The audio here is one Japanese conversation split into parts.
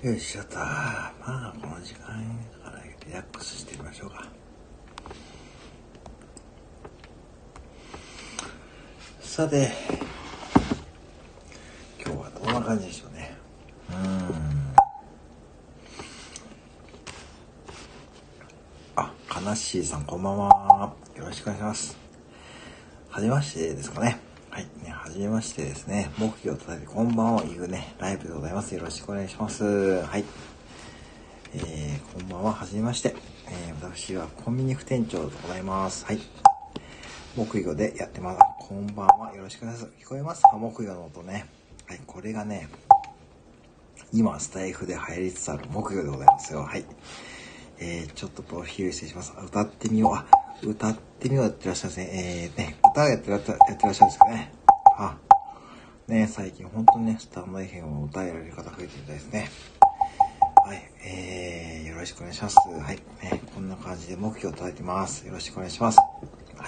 よいしょと。まあこの時間からリラックスしてみましょうか。さて今日はどんな感じでしょうね。悲しいさんこんばんは。よろしくお願いします。はじめましてですかね。はいね、はじめましてですね。木魚を叩いてこんばんは言うねライブでございます。よろしくお願いします。はい。こんばんは、はじめまして。私はコンビニ副店長でございます。はい。木魚でやってます。こんばんは、よろしくお願いします。聞こえますか？木魚の音ね。はい、これがね、今スタイフで流行りつつある木魚でございますよ。はい。ちょっとプロフィール失礼します。歌ってみよう。歌ってみようやってらっしゃるんですね。歌やってらっしゃるんですかね。ね、最近本当にね、スタンドFMを歌えられる方増えてるみたいですね。はい、よろしくお願いします。はい、こんな感じで目標を叩いてます。よろしくお願いします。はい。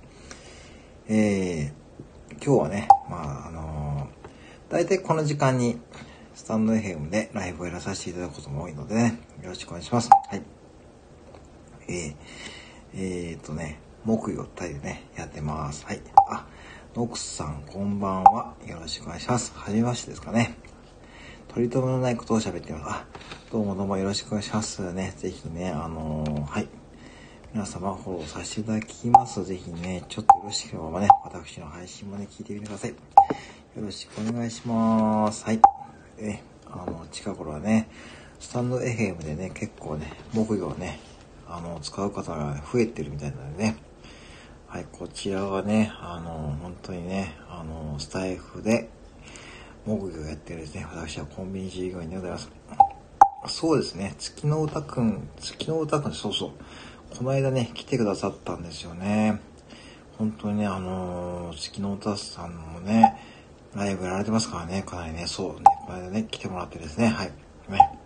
今日はね、だいたいこの時間にスタンド FM でライブをやらさせていただくことも多いのでね、よろしくお願いします。はい。木曜タイでね、やってます。はい。ノクさん、こんばんは。よろしくお願いします。はじめましてですかね。取り留めのないことを喋ってます。どうもよろしくお願いしますね。ぜひね、はい。皆様フォローさせていただきます。ぜひね、ちょっとよろしければね、私の配信もね、聞いてみてください。よろしくお願いします。はい。近頃はね、スタンド FM でね、結構ね、木魚をね、使う方が増えてるみたいなのでね。はい、こちらはね、本当にね、スタイフで木魚をやってるですね、私はコンビニ従業員でございます。そうですね、月の歌くん、そうそう。この間ね、来てくださったんですよね。本当にね、月の歌さんもね、ライブやられてますからね、かなりね、そうね、この間ね、来てもらってですね、はい。ね。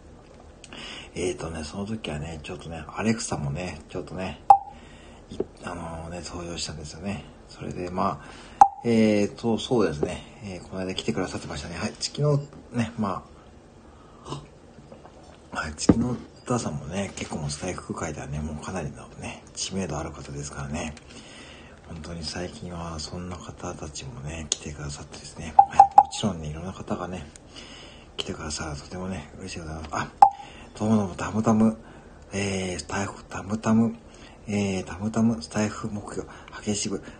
その時はね、ちょっとね、アレクサもね、ちょっとね、登場したんですよね。それで、そうですね、この間来てくださってましたね。はい、月のね、はい、月の歌さんもね、結構もうスタイフ界ではね、もうかなりのね、知名度ある方ですからね。本当に最近はそんな方たちもね、来てくださってですね。はい、もちろんね、いろんな方がね、来てくださるとてもね、嬉しいございます。どうも、タムタム、スタイフ、タムタム、スタイフ目標、激しく、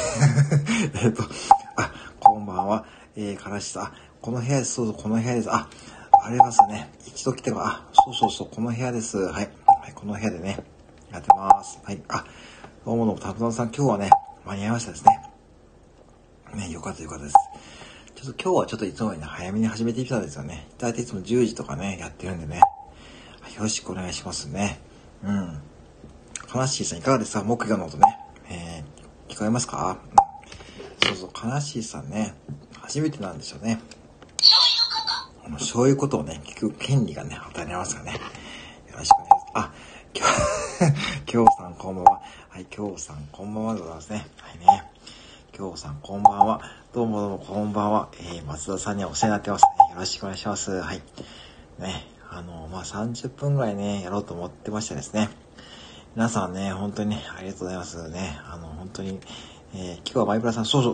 こんばんは、からしさ、この部屋です、そうそう、この部屋です、ありますね、一度来ては、そう、この部屋です、はい、この部屋でね、やってます、はい、どうも、タムタムさん、今日はね、間に合いましたですね。ね、よかったです。ちょっと今日はちょっといつもよりね、早めに始めてきたんですよね。だいたいいつも10時とかね、やってるんでね。よろしくお願いしますね。悲しいさんいかがですか？木魚の音ね。聞こえますか？そう、悲しいさんね、初めてなんですよね。そういうことをね、聞く権利がね、与えられますからね。よろしくお願いします。今日さんこんばんは。はい、今日さんこんばんはでございますね。はいね。今日さんこんばんは。どうもこんばんは。松田さんにはお世話になってますね。よろしくお願いします。はい。ね、30分ぐらいね、やろうと思ってましたですね。皆さんね、本当にね、ありがとうございますね。本当に、今日はマイプラさん、そうです。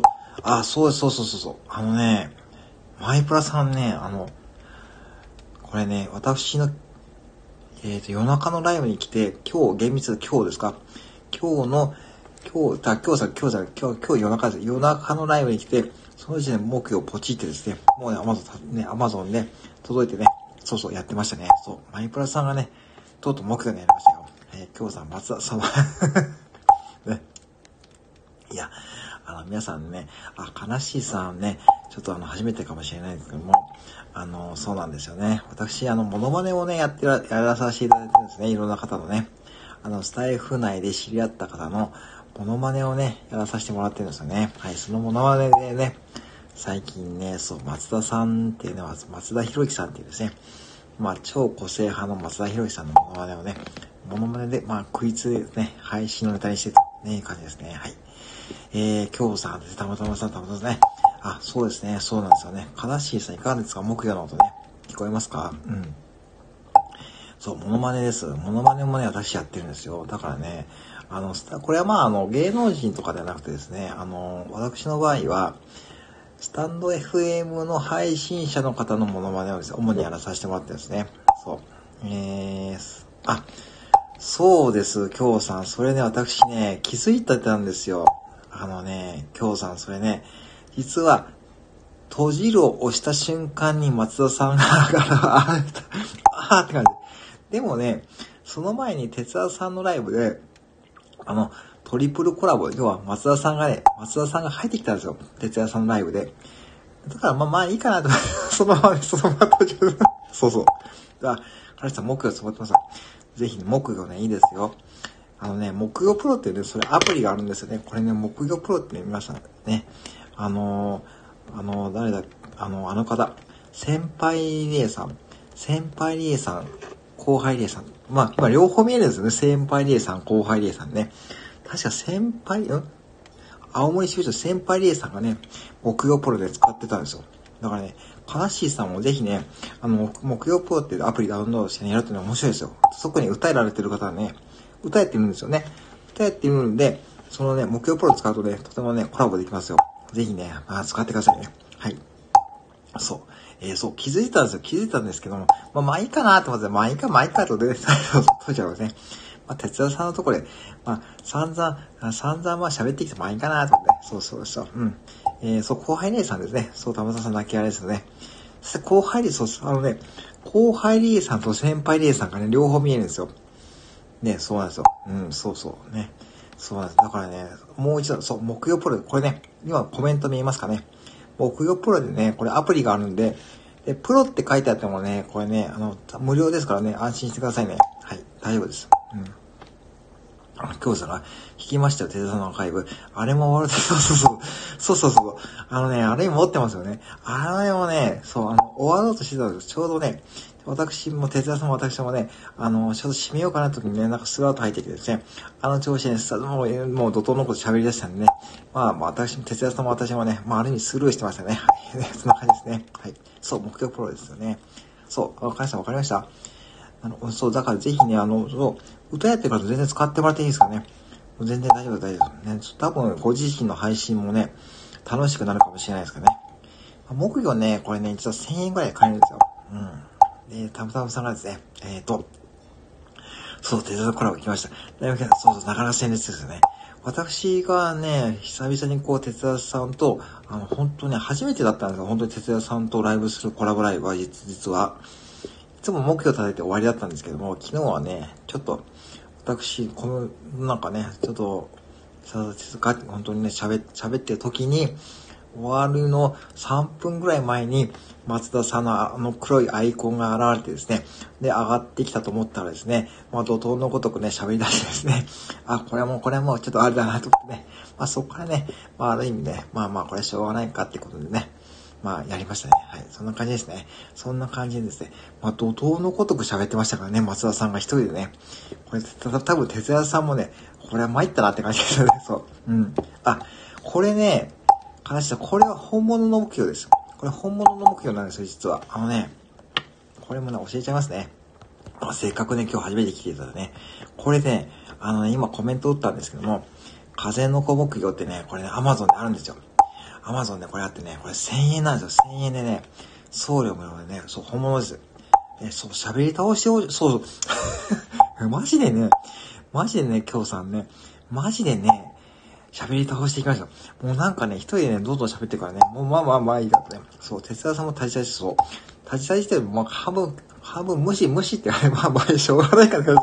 マイプラさんね、これね、私の、夜中のライブに来て、厳密今日ですか？今日夜中です。夜中のライブに来て、その時点で木魚をポチってですね、もうね、アマゾンで届いてね、そう、やってましたね。そう、マイプラさんがね、とうとう木魚でやりましたよ。今日さん、松田様。ね。いや、皆さんね、悲しいさんね、ちょっと初めてかもしれないんですけども、そうなんですよね。私、モノマネをね、やらさせていただいてるんですね。いろんな方のね、スタイフ内で知り合った方のモノマネをね、やらさせてもらってるんですよね。はい、そのモノマネでね、最近ね、そう、松田さんっていうのは、松田博之さんっていうですね、超個性派の松田博之さんのモノマネをね、で、クイズでね、配信のネタにしてとね、いう感じですね。はい。今日さんです。たまたまね。そうですね。そうなんですよね。悲しいさんいかがですか？木魚の音ね。聞聞こえますか？うん。そう、モノマネです。モノマネもね、私やってるんですよ。だからね、これはまあ、芸能人とかではなくてですね、私の場合は、スタンド FM の配信者の方のモノマネをですね、主にやらさせてもらってですね。そう。そうです、京さん。それね、私ね、気づいてたんですよ。京さん、それね、実は、閉じるを押した瞬間に松田さんが、あーって感じ。でもね、その前に哲田さんのライブで、トリプルコラボ、要は松田さんが入ってきたんですよ。哲也さんのライブで。だからまあいいかなと。そのまま閉じる。そうそう。だから、原さん、木曜つぼってます。ぜひね、木曜ね、いいですよ。木曜プロってね、それアプリがあるんですよね。これね、木曜プロってね、皆さんね。誰だ、あの方。先輩リエさん、後輩リエさん。まあ、今両方見えるんですよね。先輩リエさん、後輩リエさんね。確か青森支部長先輩リエさんがね、木曜プロで使ってたんですよ。だからね、カナッシーさんもぜひね、木曜プロっていうアプリダウンロードしてね、やるとね、面白いですよ。そこに歌えられてる方はね、歌えてるんですよね。歌えてるんで、そのね、木曜プロ使うとね、とてもね、コラボできますよ。ぜひね、使ってくださいね。はい。そう。そう、気づいたんですけども、まあいいかなと思って、まあいいかとで、閉じちゃいますね。まあ、哲也さんのところで、まあ、散々まあ喋ってきてもいいかなと思って。そう。うん。後輩リエさんですね。そう、玉澤さんだけあれですよね。そして後輩リエ、後輩リエさんと先輩リエさんがね、両方見えるんですよ。ね、そうなんですよ。うん、そうね。そうなんです。だからね、もう一度、そう、木曜プロで、これね、今コメント見えますかね。木曜プロでね、これアプリがあるんで、プロって書いてあってもね、これね、無料ですからね、安心してくださいね。はい、大丈夫です。うん。京さんが聞きましたよ、テザさんのアーカイブ。あれも終わると、そう。あれ持ってますよね。あれもね、そう、終わろうとしてたんですちょうどね、私も、哲也さんも私もね、ちょうど締めようかなときにね、なんかスラート入ってきてですね、調子で、もう怒涛のこと喋り出したんでね、まあ、哲也さんも私もね、ある意味スルーしてましたね。はい。そんな感じですね。はい。そう、目標プロですよね。そう、かりさんわかりました？そう、だからぜひね、歌やってる方全然使ってもらっていいですかね。全然大丈夫ね。多分、ご自身の配信もね、楽しくなるかもしれないですからね。木魚ね、これね、実は1000円ぐらいで買えるんですよ。うん。で、たむたむさんがですね、そう、手伝コラボ来ました。そう、なかなか戦列ですよね。私がね、久々に哲也さんと、本当ね、初めてだったんですよ。本当に哲也さんとライブするコラボライブは、実は。いつも目標立てて終わりだったんですけども、昨日はね、ちょっと、私、なんかね、ちょっと、本当にね、喋ってる時に、終わるの3分ぐらい前に、松田さんの黒いアイコンが現れてですね、で、上がってきたと思ったらですね、怒涛のごとくね、喋り出してですね、これはもうちょっとあれだなと思ってね、そこからね、ある意味ね、これしょうがないかってことでね、やりましたね。はい。そんな感じですね。そんな感じでですね。怒涛のごとく喋ってましたからね、松田さんが一人でね。これ、多分、哲也さんもね、これは参ったなって感じですよね。そう。うん。これね、これは本物の目標です。これ本物の目標なんですよ、実は。これもね、教えちゃいますね。せっかくね、今日初めて来ていただいてね。これね、今コメント打ったんですけども、風の子目標ってね、これね、Amazon であるんですよ。Amazon でこれあってね、これ1000円なんですよ。1000円でね、送料無料でね、そう、本物です。そう、喋り倒しを、そうマジでね、今日さんね、マジでね、喋り倒していきました。もうなんかね、一人でね、どんどん喋ってるからね、もうまあいいかとね。そう、哲也さんも立ち会いして、そう。立ち会いして、半分無視ってあれ、しょうがないからです。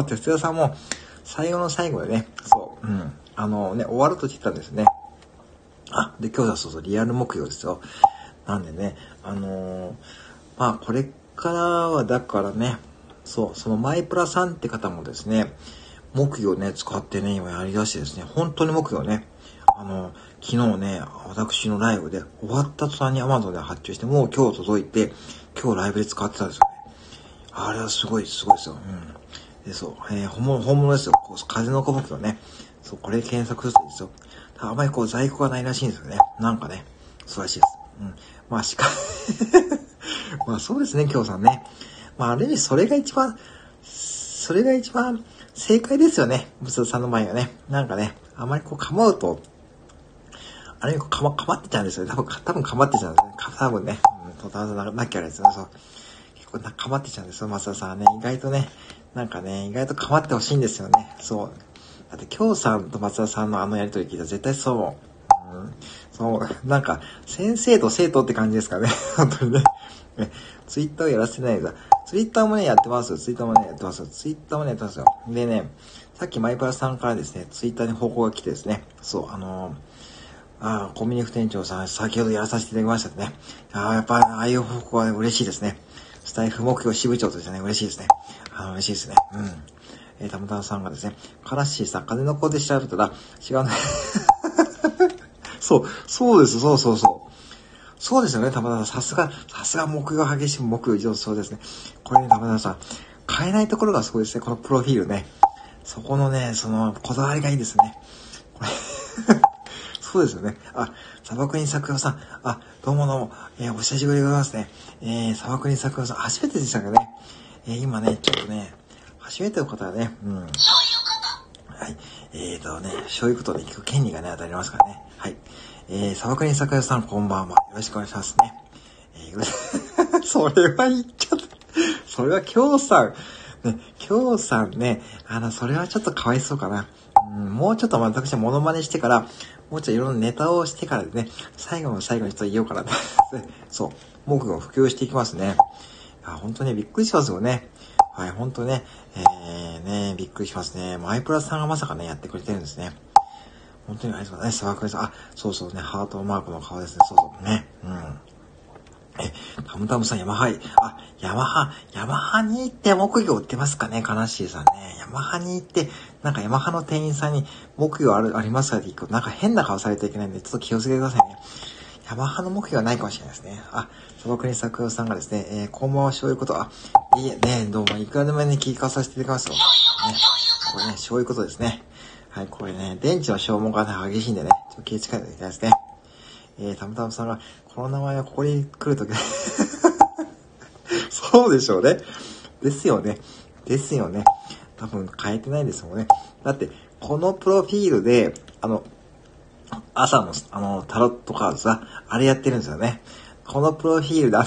哲也さんも、最後の最後でね、そう、終わると言ったんですね。で、今日はそう、リアル目標ですよ。なんでね、これからはだからね、そう、そのマイプラさんって方もですね、木魚ね、使ってね、今やり出してですね、本当に木魚ね、昨日ね、私のライブで終わった途端に Amazon で発注して、もう今日届いて、今日ライブで使ってたんですよね。あれはすごいですよ。で、そう、本物ですよ。風の子木魚ね。そう、これ検索するとですよ。あまり在庫がないらしいんですよね。なんかね、そうらしいです。 まあそうですね、京さんね。まあある意味それが一番正解ですよね。仏田さんの場合はね。なんかね、あまりこう構うと、あれにかまってちゃうんですよね。多分かまってちゃうんですね。多分ね。とたまなきゃあれですよね。そう。結構かまってちゃうんですよ、松田さんはね。意外とかまってほしいんですよね。そう。だって京さんと松田さんのやりとり聞いたら絶対そう。そう、なんか、先生と生徒って感じですかね。本当にね。ツイッターをやらせてないです。ツイッターもね、やってますよ。ツイッターもね、やってますよ。でね、さっきマイパラさんからですね、ツイッターに報告が来てですね、そう、コミュニ副店長さん、先ほどやらさせていただきましたね。やっぱ、ああいう報告はね、嬉しいですね。スタイフ目標支部長としてね、嬉しいですね。嬉しいですね。たまたまさんがですね、カラッシーさん、金の子で調べたら、違うね。そうです、そう。そうですよね、たまたまさん。さすが目標激しい目標上そうですね。これね、たまたまさん、変えないところがすごいですね、このプロフィールね。そこのね、こだわりがいいですね。これそうですよね。砂漠に作業さん。どうも。お久しぶりでございますね。砂漠に作業さん、初めてでしたかね。今ね、ちょっとね、初めての方はね、はい。そういうことで聞く権利がね、当たりますからね。はい。砂漠に作業さん、こんばんは。よろしくお願いしますね。それは言っちゃった。それは京さん。ね、京さんね、それはちょっとかわいそうかな。もうちょっと私はモノマネしてから、もうちょっといろんなネタをしてからですね、最後にちょっと言おうかな。そう。目標を普及していきますね。本当にびっくりしますよね。はい、本当ね、びっくりしますね。マイプラスさんがまさかね、やってくれてるんですね。本当にありがとうございます。砂漠です。そうね、ハートマークの顔ですね。そうね。タムタムさん、ヤマハに行って木魚売ってますかね、カナッシーさんね。ヤマハに行って、なんかヤマハの店員さんに木魚ありますかって聞くと、なんか変な顔されていけないんで、ちょっと気をつけてくださいね。ヤマハの木魚はないかもしれないですね。砂漠に作業さんがですね、こんばんは、そういうこと。いいえ、ね、どうも、いくらでもね、聞かさせていただきますよ。ね、これね、そういうことですね。はい、これね、電池の消耗がね、激しいんでね、ちょっと気をつけないといけないですね。たむたむさんが、この名前はここに来るとき、そうでしょうね。ですよね。多分変えてないですもんね。だって、このプロフィールで、朝の、タロットカードさ、あれやってるんですよね。このプロフィールで、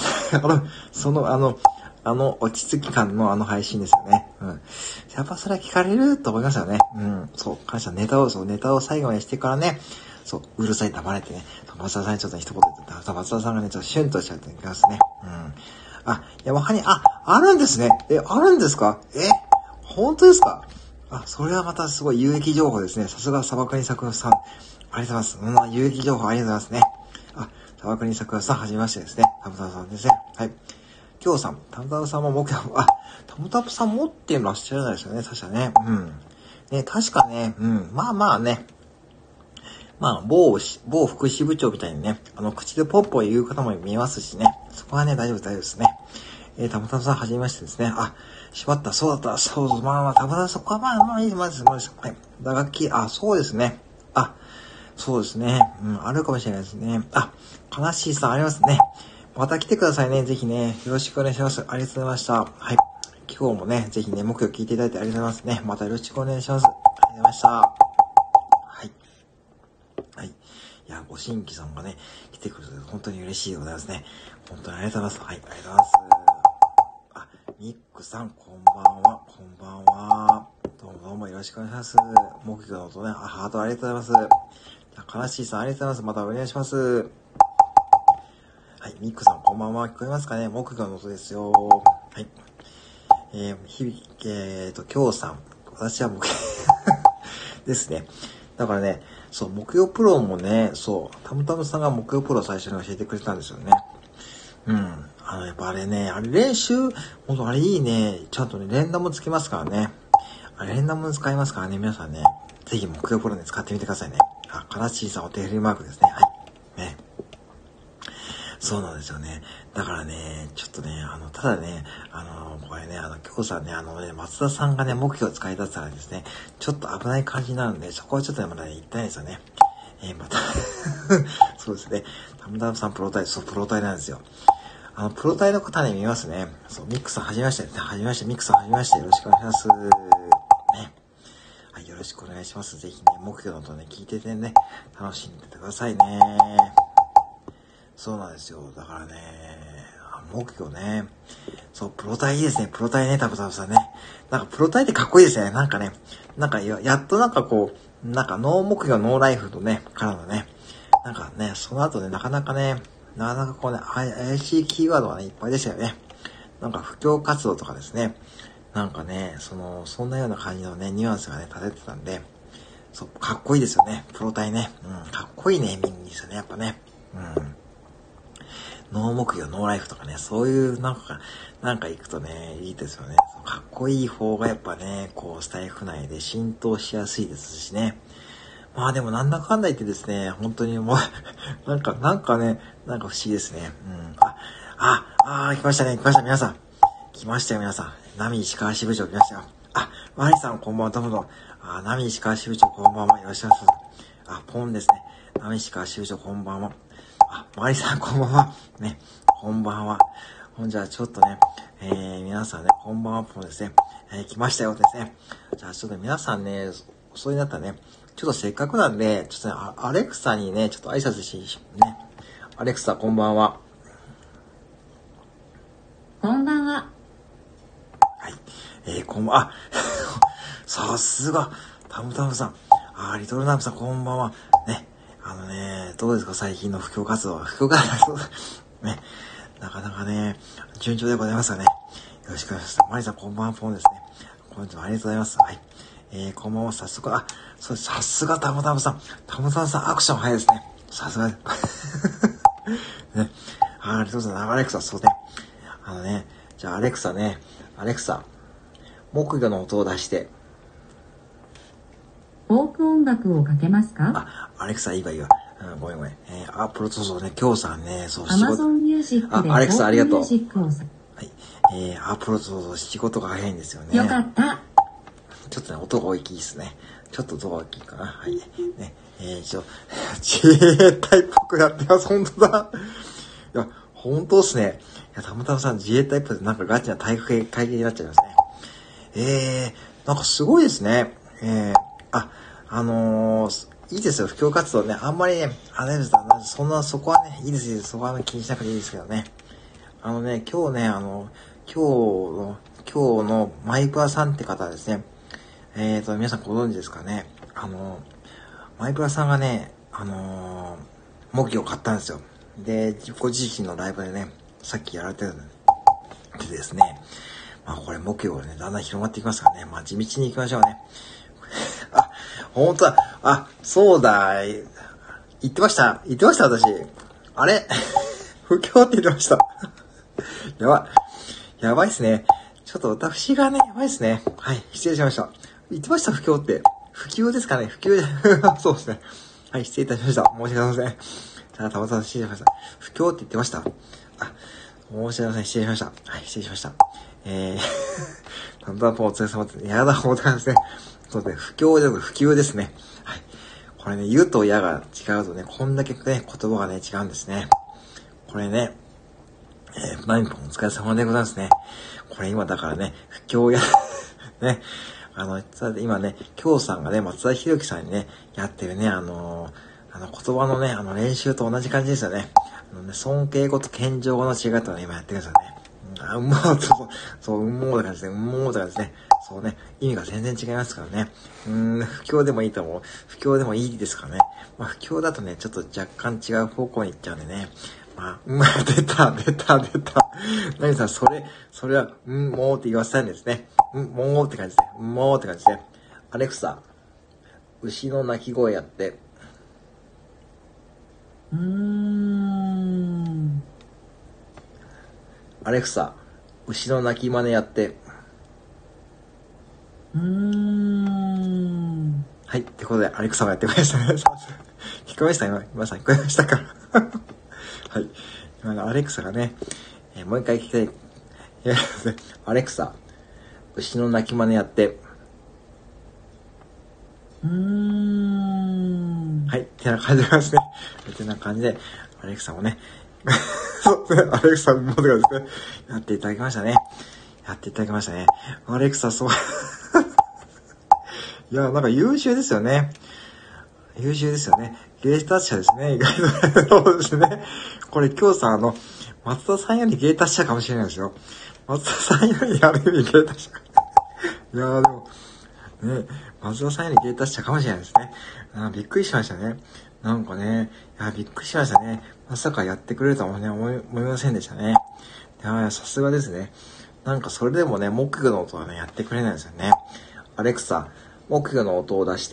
落ち着き感の配信ですよね。やっぱそれは聞かれると思いますよね。そう、感謝、ネタを最後にしてからね、そう、うるさい黙れてね、松田さんにちょっと一言言って、松田さんがね、ちょっとシュンとしちゃってきますね。ヤマハに、あるんですね。あるんですか？本当ですか？それはまたすごい有益情報ですね。さすが砂漠に作業さん。ありがとうございます。有益情報ありがとうございますね。砂漠に作業さん、はじめましてですね。タムタムさんですね。はい。京さん、タムタムさんもタムタムさん持ってらっしゃらないですよね、確かね。ね、確かね、まあね。某副支部長みたいにね、口でポッポ言う方も見えますしね。そこはね、大丈夫ですね。たむたむさん、はじめましてですね。しまった、そうだった、たむたむさん、そこはいいです。はい。打楽器、そうですね。そうですね。あるかもしれないですね。かなしーさん、ありますね。また来てくださいね、ぜひね。よろしくお願いします。ありがとうございました。はい。今日もね、ぜひね、目標聞いていただいてありがとうございますね。またよろしくお願いします。ありがとうございました。はい。いや、ご新規さんがね、来てくれて本当に嬉しいでございますね。本当にありがとうございます。はい、ありがとうございます。ミックさん、こんばんは。どうもよろしくお願いします。目標の音ね、ハートありがとうございます。かなしーさん、ありがとうございます。またお願いします。はい、ミックさん、こんばんは。聞こえますかね？木魚の音ですよ。はい。京さん、私は木魚ですね。だからね、そう、木曜プロもね、そう、たむたむさんが木曜プロ最初に教えてくれたんですよね。やっぱあれね、練習、ほんとあれいいね。ちゃんとね、連打もつきますからね。連打も使いますからね、皆さんね。ぜひ木曜プロで使ってみてくださいね。カラッシーさんお手振りマークですね。はい。ね。そうなんですよね。だからね、ちょっとね、ただね、これね、今日さんね、松田さんがね、目標を使い出したらですね、ちょっと危ない感じになるんで、そこはちょっとね、まだね、言ってないですよね。また、そうですね。たむたむさんプロタイなんですよ。 プロタイの方ね、見ますね。そう、ミックさん、はじめまして。はじめまして、ミックさん、はじめまして。よろしくお願いします。ね。はい、よろしくお願いします。ぜひね、木魚の音ね、聞いててね、楽しんでてくださいね。そうなんですよ。だからね、木魚ね。そう、プロタイいいですね。プロタイね、タブタブさんね。なんか、プロタイってかっこいいですね。なんかね、なんかやっとなんかこう、なんか、ノー木魚、ノーライフとね、からのね、なんかね、その後ね、なかなかこうね、怪しいキーワードがね、いっぱいでしたよね。なんか、布教活動とかですね。なんかね、そんなような感じのね、ニュアンスがね、立ててたんで、そう、かっこいいですよね。プロタイね。うん、かっこいいね、ミンですよね、やっぱね。うん。ノー木魚、ノーライフとかね、そういうなんか行くとね、いいですよね。かっこいい方がやっぱね、こう、スタイフ内で浸透しやすいですしね。まあでもなんだかんだ言ってですね、本当にもう、なんかね、なんか不思議ですね。うん。来ましたね、来ました、皆さん。来ましたよ、皆さん。ナミ石川支部長来ましたよ。マリさん、こんばんは、どうも。ナミ石川支部長、こんばんは、よろしくお願いします。ポンですね。ナミ石川支部長、こんばんは。マリさん、こんばんは。ね、こんばんは。じゃあ、ちょっとね、皆さんね、こんばんは、ポンですね。来ましたよ、ですね。じゃあ、ちょっと皆さんね、そうになったらね、ちょっとせっかくなんで、ちょっとね、アレクサにね、ちょっと挨拶ね。アレクサ、こんばんは。 こんばんは。 はい。こんばんは。さすが、タムタムさん。リトルナムさん、こんばんは。ね。どうですか、最近の布教活動は。ね。なかなかね、順調でございますよね。よろしくお願いします。マリさん、こんばんは、ポンですね。こんにちは、ありがとうございます。はい。こんばんは、早速、そうです、さすがタムタムさん。タムタムさん、アクション早いですね。さすがです。ね。ありがとうございます。アレクサ、そうね。じゃあ、アレクサ、木魚の音を出して。 フォーク音楽をかけますか？ アレクサ、いいわ。ごめん。プロトソね、今日さんね、そう、 仕事。Amazon Music でアレクサ、ありがとう。 はい。 プロトソ仕事が早いんですよね。 よかった。 ちょっとね、音が大きいですね。ちょっと音が大きいかな。はい。ね、自衛隊っぽくなってます。本当だ。いや、本当ですね。いや、たまたまさん自衛隊っぽくてなんかガチな会議になっちゃいますね。なんかすごいですね。いいですよ、布教活動ね。あんまりね、そこはね、いいです。そこは気にしなくていいですけどね。今日ね、今日のマイプラさんって方ですね。皆さんご存知ですかね。マイプラさんがね、木魚を買ったんですよ。で、ご自身のライブでね、さっきやられてるんでですね。これ木魚がね、だんだん広まっていきますからね。地道に行きましょうね。本当だ。そうだ。言ってました、私。あれ不況って言ってました。やばいっすね。ちょっと私がね、やばいっすね。はい、失礼しました。言ってました、不況って。不況ですかね、不況そうですね。はい、失礼いたしました。申し訳ございません。たまたま失礼しました。不況って言ってました。申し訳ございません。失礼しました。はい、失礼しました。たまたまお疲れ様です。やだ、本当ですね。そうですね、不況じゃなく不及ですね。はい。これね、言うとやが違うとね、こんだけね、言葉がね、違うんですね。これね、何分お疲れ様でございますね。これ今だからね、不況や、ね、今ね、京さんがね、松田博樹さんにね、やってるね、言葉のね、練習と同じ感じですよね。尊敬語と謙譲語の違いとね、今やってるんですよね。うんもうって感じで、って感じでね。そうね、意味が全然違いますからね。不況でもいいと思う。不況でもいいですからね。不況だとね、ちょっと若干違う方向に行っちゃうんでね。出た。何さん、それは、もうって言わせたいんですね。もうって感じで。もうって感じで。アレクサ、牛の鳴き声やって。アレクサ、牛の鳴き真似やって。はい。ってことで、アレクサがやってくれましたね。聞こえました今さん聞こえましたかはい。今のアレクサがね、もう一回聞きたい。アレクサ、牛の鳴き真似やって。はい。ってな感じですね。ってな感じで、アレクサもね、 そうね、アレクサモデルがですね、やっていただきましたね。アレクサ、そう。いや、なんか優秀ですよね。芸達者ですね。意外とそうですね。これ今日さ、松田さんより芸達者かもしれないですよ。松田さんよりある意味芸達者か。いやーでも、ね、松田さんより芸達者かもしれないですね。びっくりしましたね。なんかね、びっくりしましたね。まさかやってくれるとはね、思いませんでしたね。いやさすがですね。なんかそれでもね、木魚の音はね、やってくれないんですよね。アレクサ、木魚の音を出して。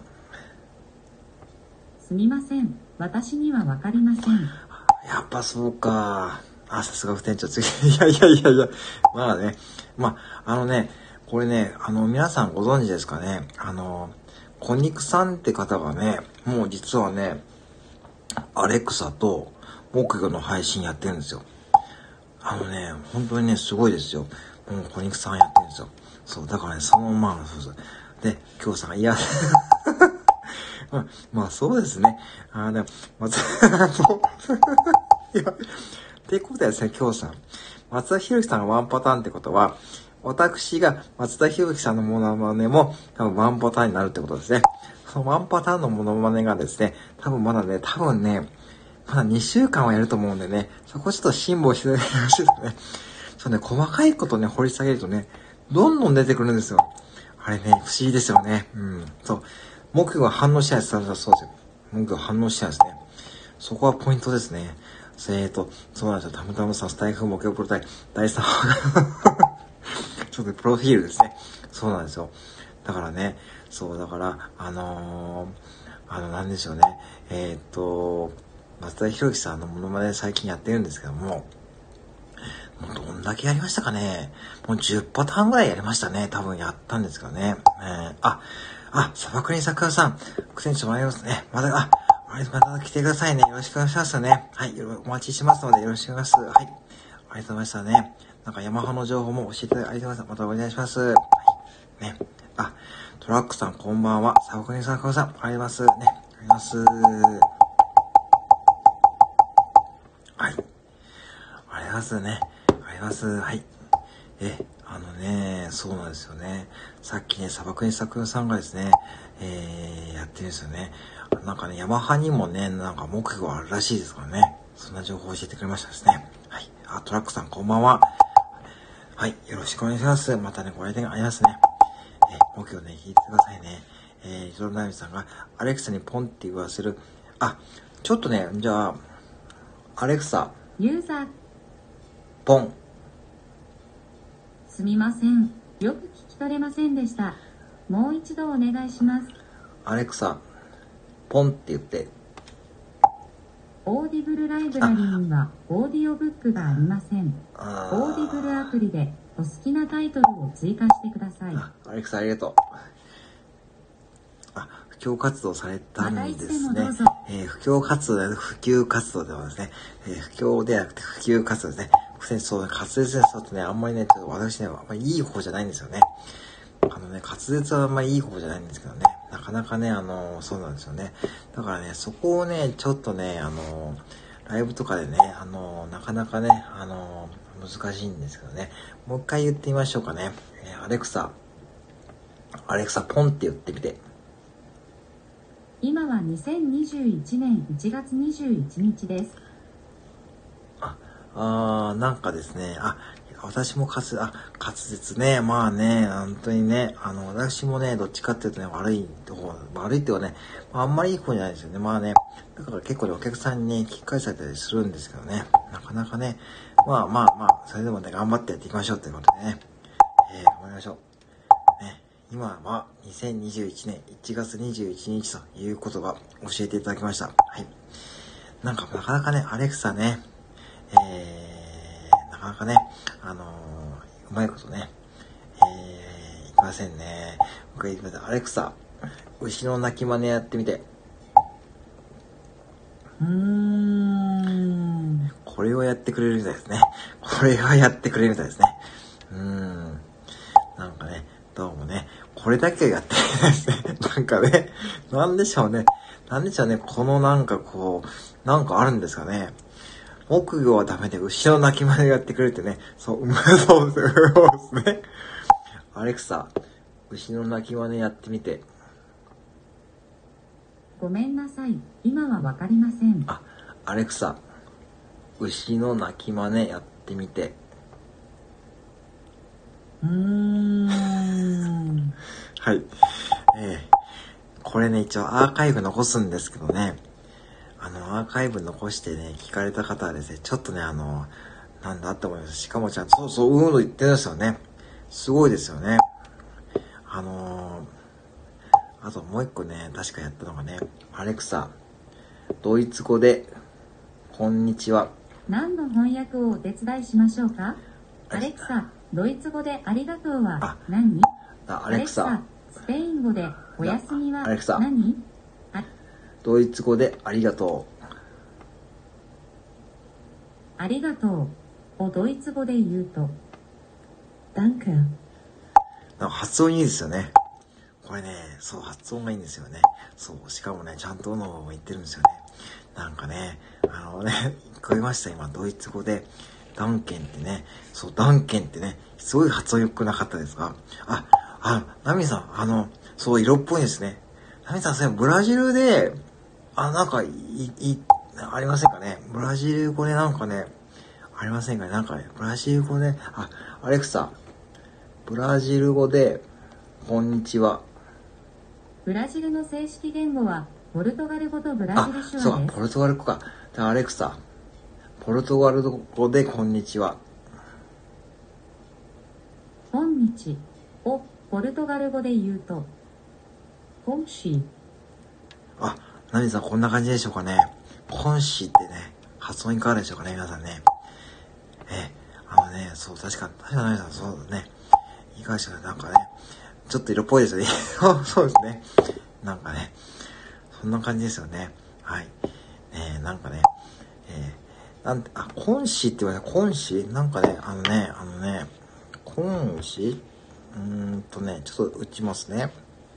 すみません。私にはわかりません。 やっぱそうか。さすが副店長。いや。まあね。これね、皆さんご存知ですかね。小肉さんって方がね、もう実はね、アレクサと木魚の配信やってるんですよ。本当にね、すごいですよ。もう小肉さんやってるんですよ。そう、だからね、そうそう。で、今日さん、いや、まあそうですね。でも、いや、ってことはですね、今日さん、松田博樹さんがワンパターンってことは、私が松田博樹さんのモノマネも多分ワンパターンになるってことですね。そのワンパターンのモノマネがですね、多分まだ2週間はやると思うんでね、そこちょっと辛抱してほしいですね。そうね、細かいことね、掘り下げるとね、どんどん出てくるんですよ。あれね、不思議ですよね。そう。木魚が反応しないです。そうですよ。木魚が反応しないですね。そこはポイントですね。そうなんですよ。たまたまさ、スタイフ木魚プロタイ第3話がちょっとプロフィールですね。そうなんですよ。だからね、だから、なんでしょうね。松田博樹さんのモノマネ最近やってるんですけども、もうどんだけやりましたかね。もう10パターンぐらいやりましたね。多分やったんですけどね。砂漠に桜さん、苦戦してもらいますね。また来てくださいね。よろしくお願いしますね。はい、お待ちしてますのでよろしくお願いします。はい。ありがとうございましたね。なんかヤマハの情報も教えていただいてありがとうございます。またお願いします。はい。ね。トラックさんこんばんは。砂漠に桜さん、あります。ね。あります。はい。ありますね。あります。はい。そうなんですよね。さっきね、砂漠に桜さんがですね、やってるんですよね。なんかね、ヤマハにもね、なんか木魚あるらしいですからね。そんな情報を教えてくれましたですね。はい。トラックさんこんばんは。はい。よろしくお願いします。またね、ご来店がありますね。木魚ね、弾いてくださいね。ジョルナイムさんが、アレクサにポンって言わせる。ちょっとね、じゃあ、アレクサ。 ユーザー。 ポン。 すみません。よく聞き取れませんでした。もう一度お願いします。 アレクサ、ポンって言って。 オーディブルライブラリーにはオーディオブックがありません。オーディブルアプリでお好きなタイトルを追加してください。 アレクサありがとう。布教活動されたんですね。布教活動ではですね、布教ではなくて普及活動ですね。滑舌ですとね、あんまりね、ちょっと私ね、あんまりいい方じゃないんですよね。滑舌はあんまりいい方じゃないんですけどね、なかなかね、そうなんですよね。だからね、そこをね、ちょっとね、ライブとかでね、なかなかね、難しいんですけどね。もう一回言ってみましょうかね。アレクサ、ポンって言ってみて。 今は2021年1月21日です。 なんかですね、私も滑舌ね、まあね、本当にね、私もね、どっちかっていうとね、悪いっていうかね、あんまりいい方じゃないですよね。まあね、だから結構ね、お客さんに聞き返されたりするんですけどね、なかなかね、まあ、それでもね、頑張ってやっていきましょうということでね、頑張りましょう。ね、今は2021年1月21日ということが教えていただきました。はい。なかなかね、アレクサね、なかなかね、うまいことね、いきませんね。僕が言ってみたアレクサ、牛の鳴き真似やってみて。これをやってくれるみたいですね。なんかね、どうもね、これだけやってくれないですね。なんかね、なんでしょうね。このなんかこう、なんかあるんですかね。 木魚はダメで牛の鳴き真似やってくれってね。そう、そうですね。アレクサ、牛の鳴き真似やってみて。 ごめんなさい。今はわかりません。 アレクサ、牛の鳴き真似やってみて。はい。これね、一応アーカイブ残すんですけどね。アーカイブ残してね、聞かれた方はですね、ちょっとね、なんだって思います。しかもちゃんと、そう、言ってるんですよね。すごいですよね。あともう一個ね、確かやったのがね、アレクサ、ドイツ語で、こんにちは。 何の翻訳をお手伝いしましょうか？アレクサ、ドイツ語でありがとうは何？ アレクサ、 スペイン語でおやすみはアレクサ、 何？ ドイツ語でありがとう。 ありがとうをドイツ語で言うと、Danke。 なんか発音いいですよね。これね、そう、発音がいいんですよね。そう、しかもね、ちゃんとの方も言ってるんですよね。なんかね、聞こえました今、ドイツ語で、ダンケンってね、そう、ダンケンってね、すごい発音良くなかったですか？ナミさん、そう、色っぽいですね。ナミさん、それブラジルで、なんか、ありませんかね？ブラジル語でなんかね、ありませんかね？なんかね、ブラジル語で、アレクサ、ブラジル語で、こんにちは。 ブラジルの正式言語は、ポルトガル語とブラジル手話です。 そう、ポルトガル語か。じゃあアレクサ、ポルトガル語でこんにちは。 こんにちをポルトガル語で言うと、コンシー。 何さんこんな感じでしょうかね。コンシーってね、発音いかがでしょうかね、皆さんね。そう、確か何さんそうだね。いかがでしょうかね、なんかね、ちょっと色っぽいですよね。そうですね。なんかね、そんな感じですよね。はい。なんかね、コンシーって言われたコンシーなんかね、コンシちょっと打ちますね。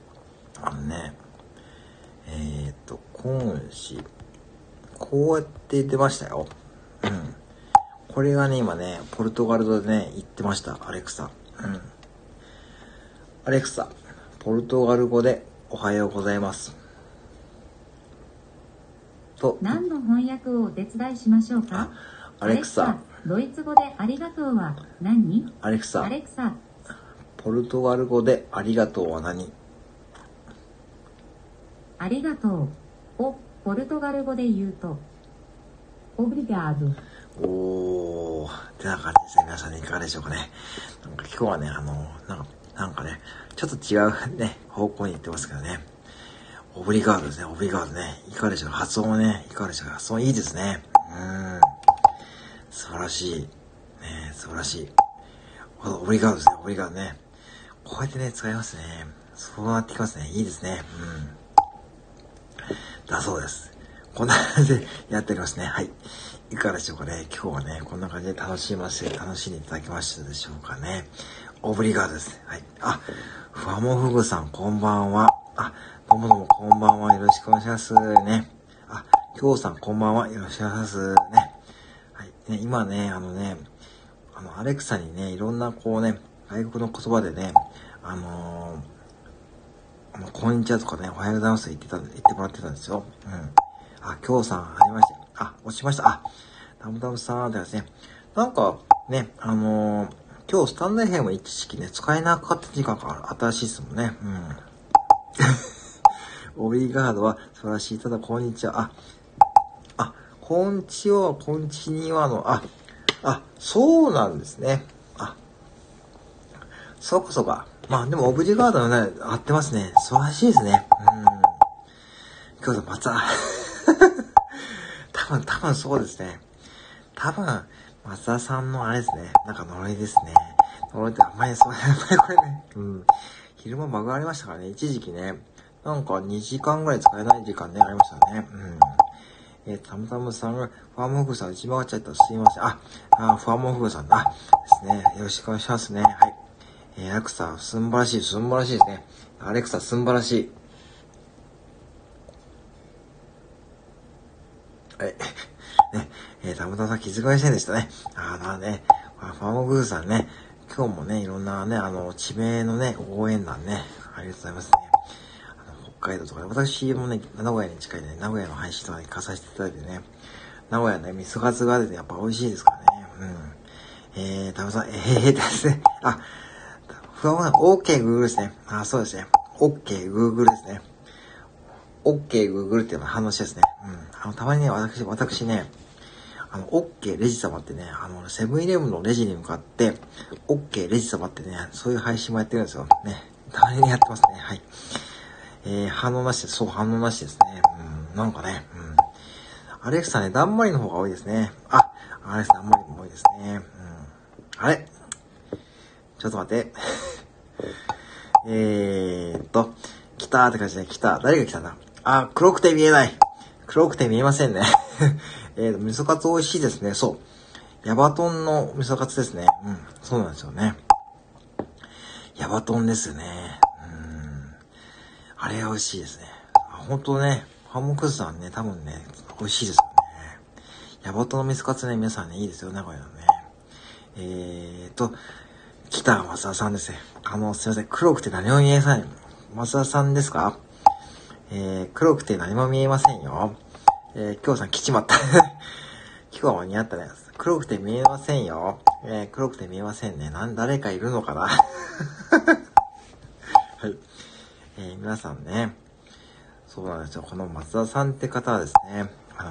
コンシこうやって出ましたよ。これがね、今ね、ポルトガル語でね、言ってました、アレクサ。アレクサ、ポルトガル語でおはようございます。 何の翻訳をお手伝いしましょうか？ アレクサ、 ドイツ語でありがとうは何？ アレクサ、 アレクサ、 ポルトガル語でありがとうは何？ ありがとうをポルトガル語で言うと、オブリガード。 ってな感じですね。皆さんね、いかがでしょうかね。なんか今日はね、なんかね、ちょっと違うね、方向に行ってますけどね。オブリガードですね、オブリガードね。いかがでしょうか？発音ね、いかがでしょうか？発音いいですね。素晴らしい。ね、素晴らしい。オブリガードですね、オブリガードね。こうやってね、使いますね。そうなってきますね。いいですね。だそうです。こんな感じでやっておりますね。はい。いかがでしょうかね。今日はね、こんな感じで楽しんでいただけましたでしょうかね。オブリガードです。はい。ファモフグさん、こんばんは。どうもこんばんは。よろしくお願いしますね。きょうさん、こんばんは。よろしくお願いしますね。はい。ね、今ね、アレクサにね、いろんなこうね、外国の言葉でね、こんにちはとかね、おはようございますと言ってもらってたんですよ。きょうさん、はじめまして。押しました。タムタムさんでですね。なんか、ね、今日スタンドFM一式ね、使えなかった時間が新しいですもんね。オブリガードは素晴らしい。ただ、こんにちは。こんちは、こんちにはの、そうなんですね。そうか。まあ、でも、オブリガードはね、合ってますね。素晴らしいですね。今日また、多分そうですね。多分、松田さんのあれですね。なんか呪いですね。呪いってあんまりこれね。昼間バグありましたからね。一時期ね。なんか2時間ぐらい使えない時間ね、ありましたね。タムタムさんが、ファーモフグさん、一番わっちゃった。すいません。ファーモフグさんだ。ですね。よろしくお願いしますね。はい。アレクサ、すんばらしいですね。アレクサ、すんばらしい。はい。 たまたま気づきませんでしたね。だね、ファモグーさんね、今日もね、いろんなね、地名のね、応援団ね、ありがとうございますね。北海道とか、私もね、名古屋に近いね、名古屋の配信とかに行かさせていただいてね、名古屋ね、味噌カツが出てやっぱ美味しいですからね。たまさん、ですね。不安は OK Google ですね。そうですね。OK Google ですね。OK Google っていうのは話ですね。たまにね、私ね、OK レジ様ってね、セブンイレブンのレジに向かって、OK レジ様ってね、そういう配信もやってるんですよ。ね。たまにね、やってますね。はい。反応なしです。そう、反応なしですね。なんかね、アレクサね、だんまりの方が多いですね。アレクサだんまりも多いですね。あれちょっと待って。来たーって感じで来た。誰が来たんだ？黒くて見えない。黒くて見えませんね。味噌カツ美味しいですね。そう。ヤバトンの味噌カツですね。そうなんですよね。ヤバトンですよね。あれが美味しいですね。本当ね、ハンモクスさんね、多分ね、美味しいですよね。ヤバトンの味噌カツね、皆さんね、いいですよね、これはね。北松田さんですね。すいません。黒くて何も見えません。松田さんですか？黒くて何も見えませんよ。今日さん来ちまった。今日は間に合ったね。黒くて見えませんよ。黒くて見えませんね。誰かいるのかな？はい。皆さんね。そうなんですよ。この松田さんって方はですね、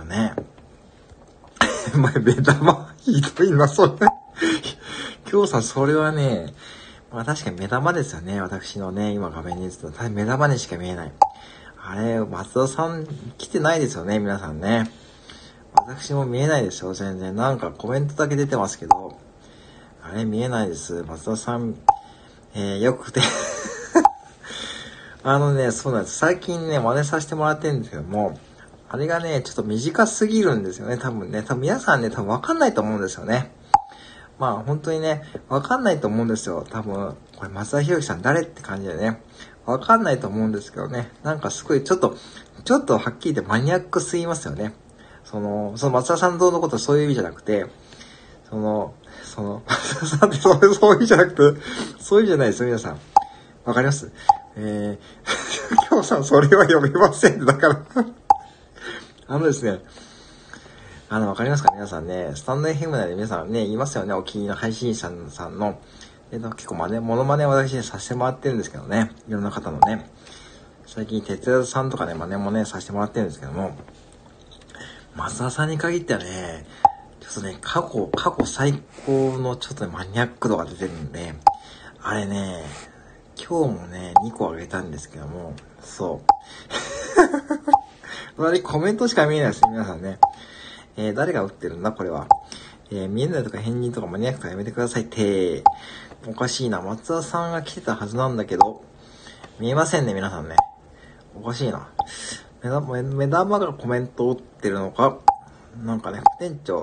目玉ひどいな、それ。今日さん、それはね、確かに目玉ですよね。私のね、今画面に映ってた目玉にしか見えない。あれ、松田さん来てないですよね、皆さんね。私も見えないですよ、全然。なんかコメントだけ出てますけど、あれ見えないです。松田さん、よくて。そうなんです。最近ね、真似させてもらってるんですけども、あれがね、ちょっと短すぎるんですよね、多分ね。皆さんね、多分わかんないと思うんですよね。本当にね、わかんないと思うんですよ。多分、これ松田博樹さん誰って感じでね。わかんないと思うんですけどね。なんかすごいちょっとはっきり言ってマニアックすぎますよね。その松田さんのことはそういう意味じゃなくて、松田さんってそういう意味じゃなくて、そういう意味じゃないですよ、皆さん。わかります？今日さん、それは読めません。だからですね、わかりますか皆さんね、スタンド FM 内で皆さんね、言いますよね、お気に入りの配信者さんの、結構モノマネを私ね、させてもらってるんですけどね、いろんな方のね、最近、哲也さんとかね、真似もね、させてもらってるんですけども、松田さんに限ってはね、ちょっとね、過去最高のちょっとね、マニアック度が出てるんで、あれね、今日もね、2個あげたんですけども、そう。あれコメントしか見えないですね、皆さんね。誰が打ってるんだ、これは。見えないとか変人とかマニアックやめてくださいって。おかしいな。松田さんが来てたはずなんだけど、見えませんね、皆さんね。おかしいな。目玉がコメントを打ってるのか、なんかね、副店長。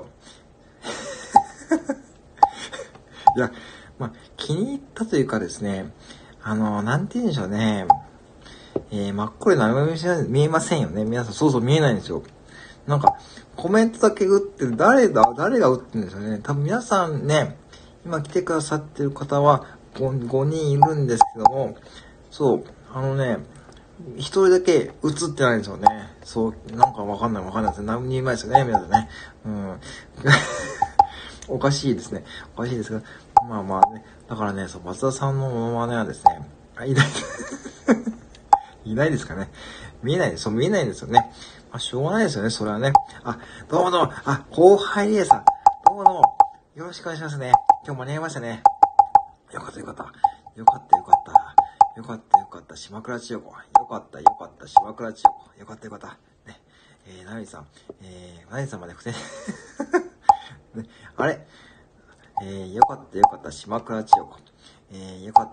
いや、気に入ったというかですね、なんて言うんでしょうね。真っ黒で何も見えませんよね。皆さん、そう見えないんですよ。なんか、コメントだけ打ってる、誰が打ってるんですよね。多分皆さんね、今来てくださってる方は 5人いるんですけども、そう、一人だけ映ってないんですよね。そう、なんかわかんないですね。何人前ですよね、皆さんね。おかしいですね。おかしいですが、ね。だからね、松田さんのモノマネはですね、いない。いないですかね。見えないです。見えないんですよね。しょうがないですよね、それはね。どうも。後輩リエさん。どうも。よろしくお願いしますね。今日間に合いましたね。よかった。島倉千代子。よかった。島倉千代子。よかった。ね。ナミさん。ナミさんまで不正。ね、あれよかった、島倉千代子。よかった、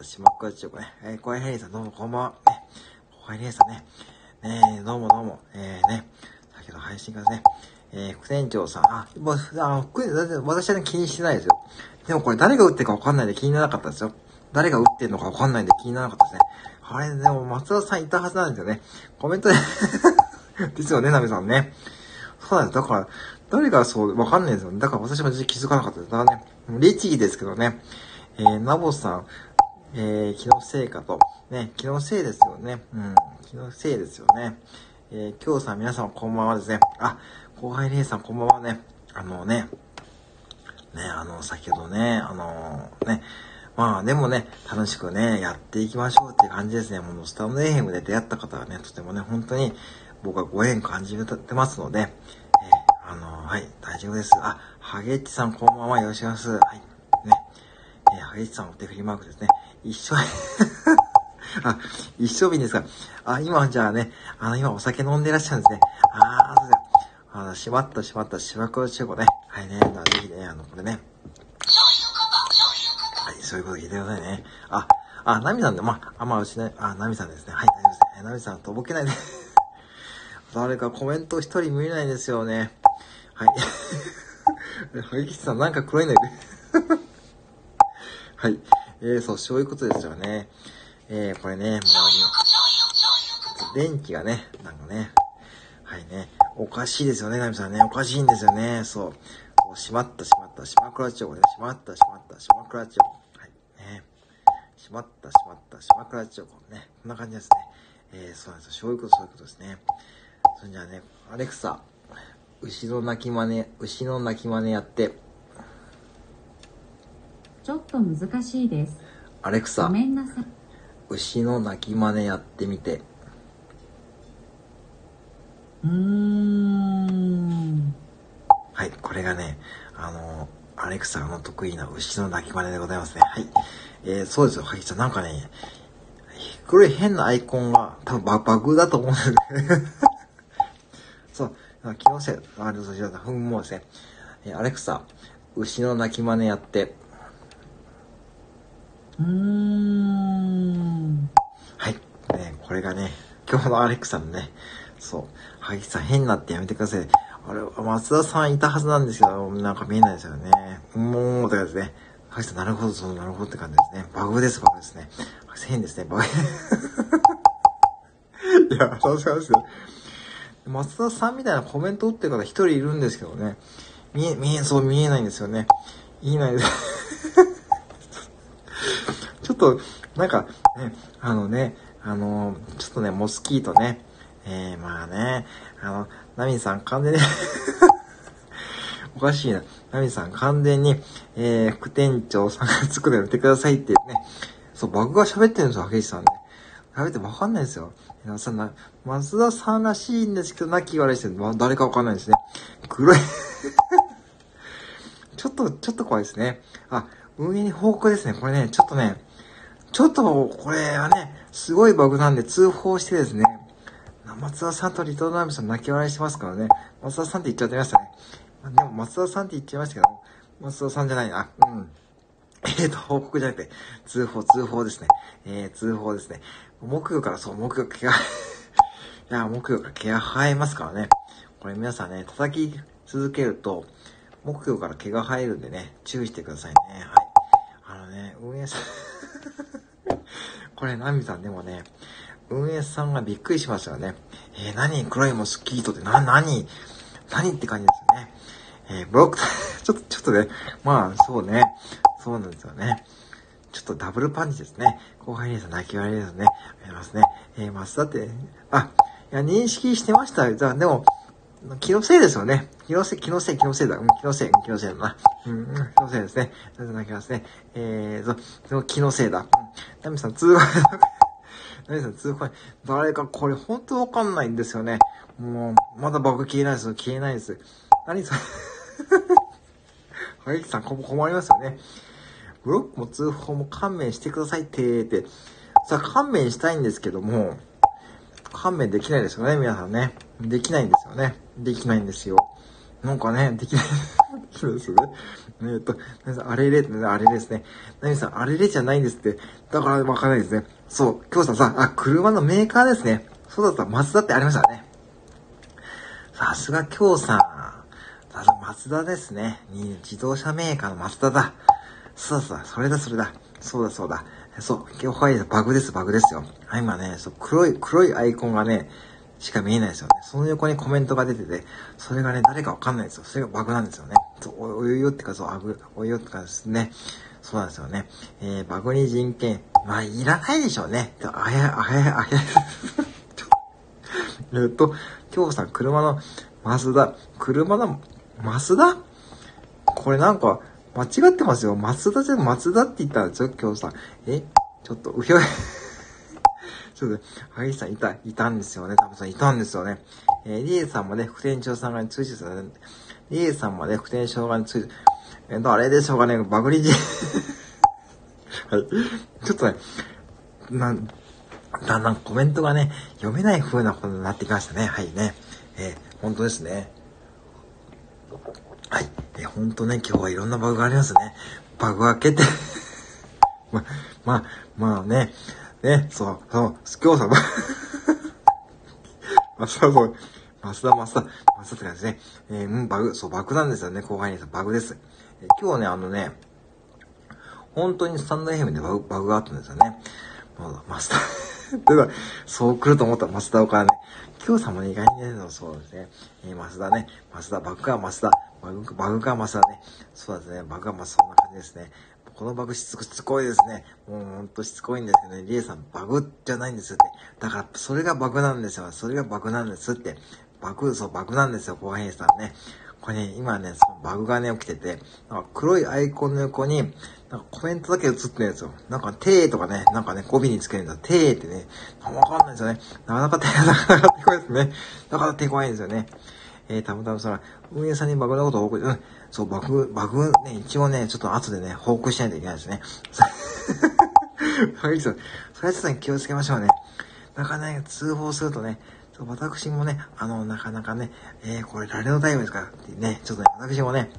島倉千代子ね。小林ヘリさん、どうもこんばんは。ね、小林ヘリさんね。ねどうも。ね、先ほど配信からね。副店長さん、私はね、気にしてないですよ。でもこれ誰が打ってるかわかんないんで気にならなかったですよ。誰が打ってるのかわかんないんで気にならなかったですね。あれ、でも松田さんいたはずなんですよね。コメントで、ですよね、ナミさんね。そうなんです。だから、 誰がそうわかんないですよね。だから私も気づかなかったです。だからね、律儀ですけどね、ナボさん、気のせいかと。ね、気のせいですよね。うん、気のせいですよね。今日さん、皆さんこんばんはですね。あ、後輩レイさんこんばんはね。先ほどね、まあでもね、楽しくね、やっていきましょうっていう感じですね。もうスタンドFMで出会った方はね、とてもね、本当に僕はご縁感じてますので、はい、大丈夫です。あ、ハゲッチさんこんばんは、よろしくお願いします。はい、ね、ハゲッチさんお手振りマークですね。一生瓶ですか。あ、今じゃあね、今お酒飲んでらっしゃるんですね。そうですか。しまった、芝黒チョコね。はいね、ぜひね、これね。はい、そういうこと聞いてくださいね。ナミさんで、うちね、ナミさんですね。はい、大丈夫ですね。ナミさん、とぼけないで。誰かコメント一人見れないんですよね。はい。ハゲキさん、なんか黒いのいる。はい。そういうことですよね。これね、もう、電気がね、なんかね、はいね、おかしいですよね、ナミさんね、おかしいんですよね、そう。しまった、島倉千代子ね、しまった、島倉千代子。はい、ね。しまった、島倉千代子ね、こんな感じですね。そうなんですよ、そういうことですね。それじゃあね、アレクサ、牛の鳴き真似やって。 ちょっと難しいです。 アレクサ、 ごめんなさい。 牛の鳴き真似やってみて。はい、これがね、アレクサの得意な牛の鳴き真似でございますね。はい。そうですよ、ハギちゃん。なんかね、これ変なアイコンが多分バグだと思うんですね。そう、気のせい、もうですね、アレクサ、牛の鳴き真似やって。はい。これがね、今日のアレクサのね、そう、ハギさん変なってやめてください。あれ、松田さんいたはずなんですけど、なんか見えないですよね。もう、って感じですね。ハギさん、なるほど、なるほどって感じですね。バグですね。変ですね、バグ。いや、そうですよ。松田さんみたいなコメント打ってる方一人いるんですけどね。見えないんですよね。見えないです。ちょっと、なんか、ね、ちょっとね、モスキートね。ナミさん完全におかしいな。ナミさん完全に、副店長さんが作るのやめてくださいってね。そう、僕が喋ってるんですよ、ハゲシさんね。喋ってわかんないですよ。松田さんらしいんですけど、なき言われしてるの誰かわかんないですね。黒いちょっと怖いですね。運営に報告ですね。これね、ちょっとこれはね、すごいバグなんで通報してですね、松田さんとリトルナミさん泣き笑いしてますからね。松田さんって言っちゃってましたね。でも松田さんって言っちゃいましたけど、松田さんじゃない。報告じゃなくて、通報ですね。通報ですね。木曜から毛が生えますからね。これ皆さんね、叩き続けると、木曜から毛が生えるんでね、注意してくださいね。はい。運営さんこれ、ナミさんでもね、運営さんがびっくりしましたよね。何黒いモスキートって何って感じですよね。ブロック、ちょっとね、そうね。そうなんですよね。ちょっとダブルパンチですね。後輩レース泣き笑いですね。ありますね。松田って、認識してましたよ。でも、気のせいですよね。気のせいだ。気のせいだな。気のせいですね。泣きますね。気のせいだ。ナミさん、通報。誰か、これ本当わかんないんですよね。もう、まだ僕消えないです。何それ。ハゲキさん、困りますよね。ブロックも通報も勘弁してくださいって。さあ、勘弁したいんですけども、勘弁できないですよね、皆さんね。できないんですよね。できないんですよ。なんかね、できないですよね。あれですね。ナミさん、あれれじゃないんですって。だからわからないですね。そう、今日さ、車のメーカーですね。そうだった、マツダってありましたね。さすが今日さん。マツダですね。自動車メーカーのマツダだ。それだ。そう、今日バグですよ。今ね、黒いアイコンがね、 しか見えないですよね。その横にコメントが出てて、それがね、誰かわかんないですよ。それがバグなんですよね。およよってか、およってかですね。そうなんですよね。バグに人権、まあ、いらないでしょうね。京子さん、車のマスダ、これなんか、間違ってますよ。松田って言ったんですよ、京子さん。ちょっと、ちょっと、萩さんいたんですよね。多分さんいたんですよね。リエさんもね、副店長さんがついてたね。リエさんもね、副店長がついて、あれでしょうかね、バグリジはい。ちょっとね、だんだんコメントがね、読めない風なことになってきましたね。はいね。本当ですね。はい。本当ね、今日はいろんなバグがありますね。バグ開けてまあね、そう、今日さ、マスダって感じですね。バグなんですよね。後輩にさ、バグです。今日ね、本当にスタンド FM でバグがあったんですよね。マスダそう来ると思ったマスダからね。今日さんもね、意外にね、そうですね。マスダ、バグかマスダね。そうですね、バグがそんな感じですね。このバグしつこいですね。もうほんとしつこいんですけどね。リエさん、バグじゃないんですって。だから、それがバグなんですよ。それがバグなんですって。バグなんですよ、後輩さんね。これね、今ね、そのバグがね、起きてて、なんか黒いアイコンの横に、なんかコメントだけ映ってるんですよ。なんか、てーとかね、なんかね、語尾につけるんだ。てーってね、わかんないですよね。なかなか手強いですね。なかなか手強いんですよね。たまたまそら、運営さんにバグのことを報告、そう、バグね、一応ね、ちょっと後でね、報告しないといけないですね。はい、それはちょっとね、気をつけましょうね。なかなか通報するとね、私もね、なかなかね、これ誰のタイムですかってね、ちょっとね、私もね、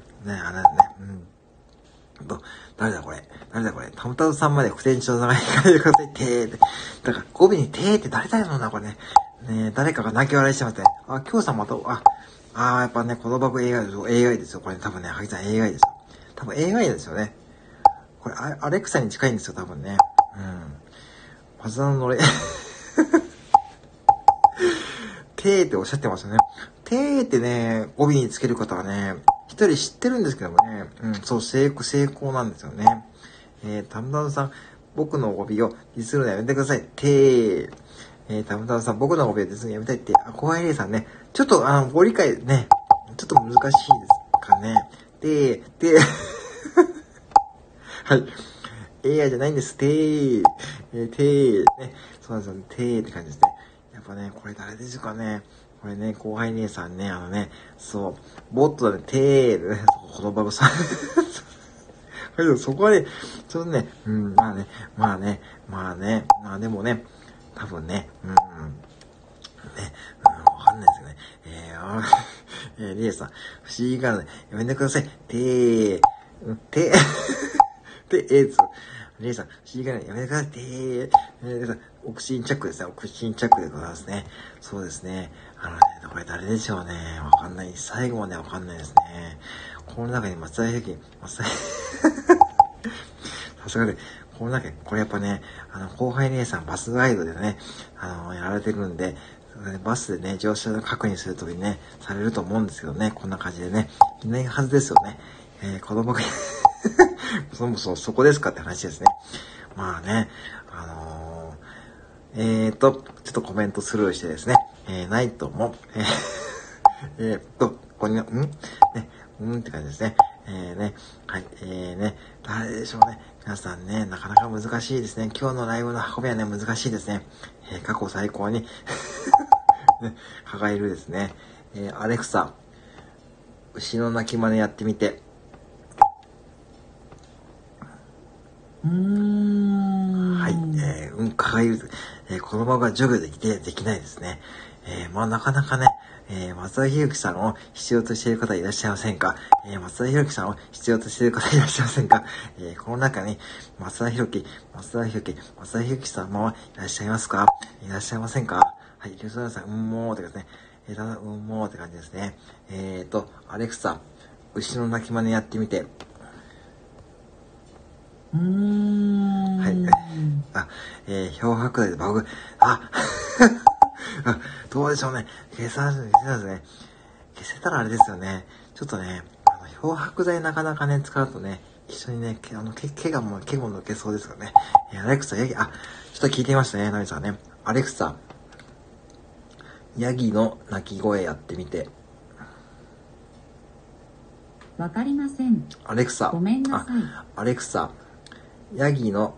誰だこれ。たむたむさんまで副店長さんが書いてください、てーって。だから、語尾にてーって誰だよな、これね。ね誰かが泣き笑いしてますね。今日さんまた、やっぱね、このバグ AI ですよ。これ多分ね、萩さん AI ですよ。多分 AI ですよね。これ、アレクサに近いんですよ、多分ね。マズダの乗れ。てーっておっしゃってますよね。てーってね、語尾につける方はね、一人知ってるんですけどもね、成功なんですよね。たむたむさん、僕の語尾をディスるのやめてください。てー。たむたむさん、僕の語尾をディスるのやめたいって、後輩レイさんね、ちょっとご理解ね、ちょっと難しいですかね。で、はい。AI じゃないんです。ね、そうなんですよね。って感じですね。やっぱね、これ誰ですかね。これね、後輩姉さんね、そう、ボットだね、ね、このバグさ、そこはね、ちょっとね、まあでもね、多分ね、わかんないですよね。リエさん、不思議がね、やめてください。リエさん、不思議がね、やめてください。リエさん、オクシンチャックですね。オクシンチャックでございますね。そうですね。これ誰でしょうね。わかんない。最後までわかんないですね。この中にさすがで、この中に、これやっぱね、後輩姉さんバスガイドでね、やられてるんで、バスでね、乗車確認するときにね、されると思うんですけどね、こんな感じでね、いないはずですよね。子供がそもそもそこですかって話ですね。まあね、ちょっとコメントスルーしてですね、ナイトも、ここに、って感じですね。はい、誰でしょうね。皆さんね、なかなか難しいですね。今日のライブの運びはね、難しいですね。過去最高に、ね、蚊がいるですね。アレクサ、牛の鳴き真似やってみて。はい、蚊がいる。このまま除去できないですね。なかなかね、松田博樹さんを必要としている方いらっしゃいませんか？松田博樹さんを必要としている方いらっしゃいませんか？この中に松田博樹様はいらっしゃいますか？いらっしゃいませんか？はい、リスナーさん、もーってですね。もーって感じですね。アレクサ、牛の鳴き真似やってみて。はい。漂白剤でバグ。 どうでしょうね。消せたらあれですよね。ちょっとね、漂白剤なかなかね、使うとね、一緒にね、毛も抜けそうですよね。アレクサ、ちょっと聞いてみましたね、ナミさんね。アレクサ、ヤギの鳴き声やってみて。 わかりません。 アレクサ、 ごめんなさい。 アレクサ、ヤギの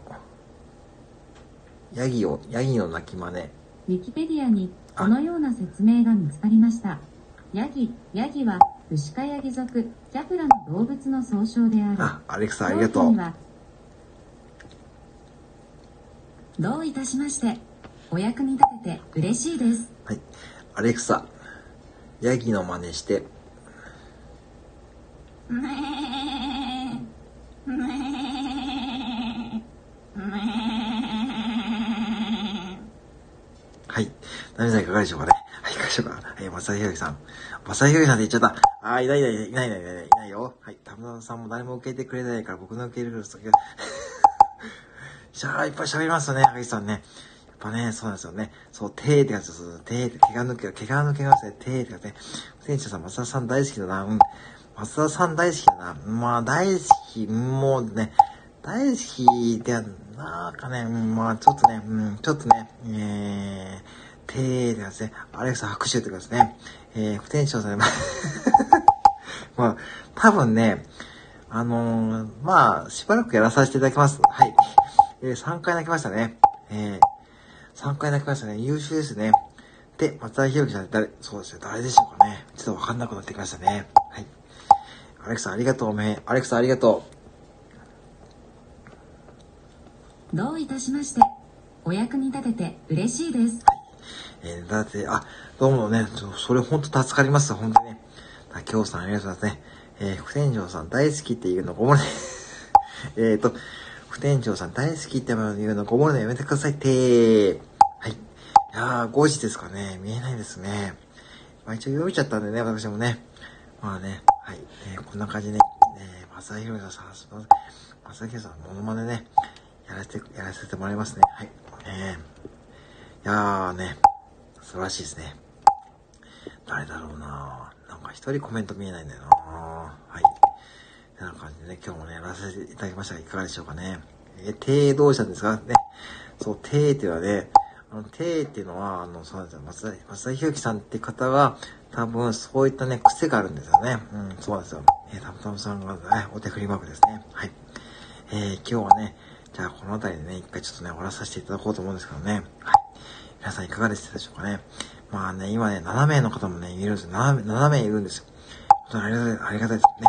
鳴き真似。 ウィキペディアにこのような説明が見つかりました。ヤギはウシカヤギ属ジャプラの動物の総称である。 アレクサありがとう。 どういたしまして。お役に立てて嬉しいです。 はい。アレクサ、ヤギの真似して。はい。ナミさんいかがでしょうかね。はい、いかがでしょうか。はい、正ひろきさん。正ひろきさんって言っちゃった。いないよ。はい、田村さんも誰も受けてくれないから僕の受け入れるときは。いっぱい喋りますよね、赤木さんね。やっぱね、そうなんですよね。そう、手ってやつです。手って、毛が抜けますね。手ってやつね。店長さん、松田さん大好きだな。松田さん大好きだな。まあ、大好き、もうね、大好きでは、なんかね、まあ、ちょっとね、手ってやつね。アレクサ拍手ってくださいね。副店長さんね、まあ、多分ね、まあ、しばらくやらさせていただきます。はい。3回泣きましたね。3回泣きましたね。優秀ですね。で、松田博樹さんそうですね。誰でしょうかね。ちょっとわかんなくなってきましたね。はい。アレクサありがとう。アレクサありがとう。どういたしまして。お役に立てて嬉しいです。 だって、どうもね、それ本当助かります。本当にね。京さんありがとうございますね。副店長さん大好きっていうのごめんね。副店長さん大好きっていうのごめんね。やめてくださいって。はい。いやー、5時ですかね。見えないですね。まあ一応読めちゃったんでね、私もね。まあね、はい。こんな感じでね、正ひろさん、すみません。正ひろさん、モノマネね、やらせてもらいますね。はい。いやーね、素晴らしいですね。誰だろうな。なんか一人コメント見えないんだよな。はい。てな感じでね、今日もね、やらせていただきましたが、いかがでしょうかね。手どうしたんですかね。そう、手っていうのはね、手っていうのは、そうなんですよ。松田ひろきさんって方は、多分そういったね、癖があるんですよね。そうなんですよ。たむたむさんがね、お手振りマークですね。はい。今日はね、じゃあこの辺りでね、一回ちょっとね、終わらさせていただこうと思うんですけどね。はい。皆さんいかがでしたでしょうかね。まあね、今ね、7名の方もね、いるんですよ。7名いるんですよ。本当にありがたいですね。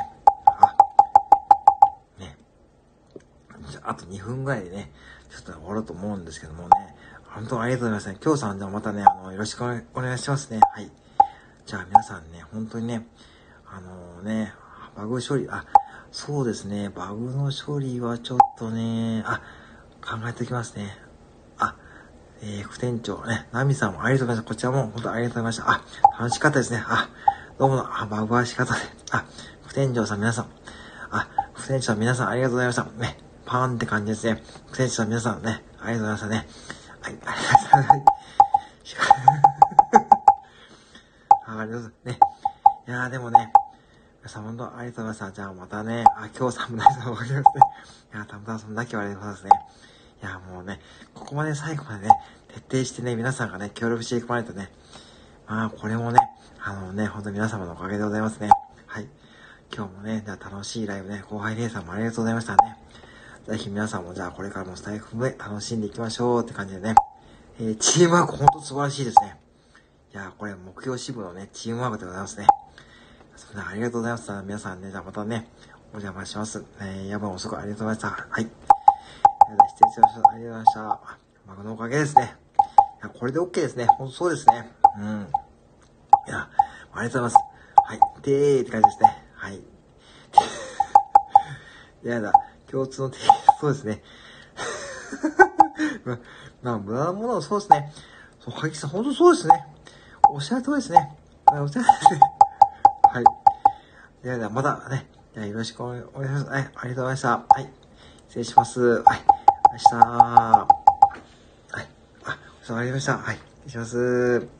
じゃあ、あと2分ぐらいでね、ちょっと終わろうと思うんですけどもね。本当にありがとうございますね。今日さん、じゃあまたね、よろしくお願いしますね。はい。じゃあ皆さんね、本当にね、バグ処理、そうですね、バグの処理はちょっとね、考えておきますね。副店長ね、ナミさんもありがとうございました。こちらも本当ありがとうございました。楽しかったですね。どうもバグは仕方で。副店長さん皆さん、副店長さん皆さんありがとうございました。ね、パーンって感じですね。副店長さん皆さんね、ありがとうございましたね。はい、ありがとうございます。ありがとうございます。ね。いやーでもね、皆さん本当ありがとうございました。じゃあまたね、今日さんも大さん終わりますね。いやー、たまたまそんなきはありがとうございますね。いやーもうね、ここまで最後までね、徹底してね、皆さんがね、協力していくまでとね、これもね、本当に皆様のおかげでございますね。はい。今日もね、じゃあ楽しいライブね、後輩レイさんもありがとうございましたね。ぜひ皆さんもじゃあこれからもスタイフで楽しんでいきましょうって感じでね。チームワークほんと素晴らしいですね。いやーこれ目標支部のね、チームワークでございますね。それではありがとうございます。皆さんね、じゃあまたね、お邪魔します。夜分遅くありがとうございました。はい。失礼しました。ありがとうございました。マグのおかげですね。いや、これで OK ですね。ほんとそうですね。いや、ありがとうございます。はい。って感じですね。はい。やだ。共通のそうですね。無駄なものをそうですね。そう、はきさん、ほんとそうですね。おっしゃる通りですね。おっしゃる通りですね。はい。では、またね、よろしくお願いします。はい、ありがとうございました。はい。失礼します。はい。明日。はい。お世話になりました。はい。失礼します。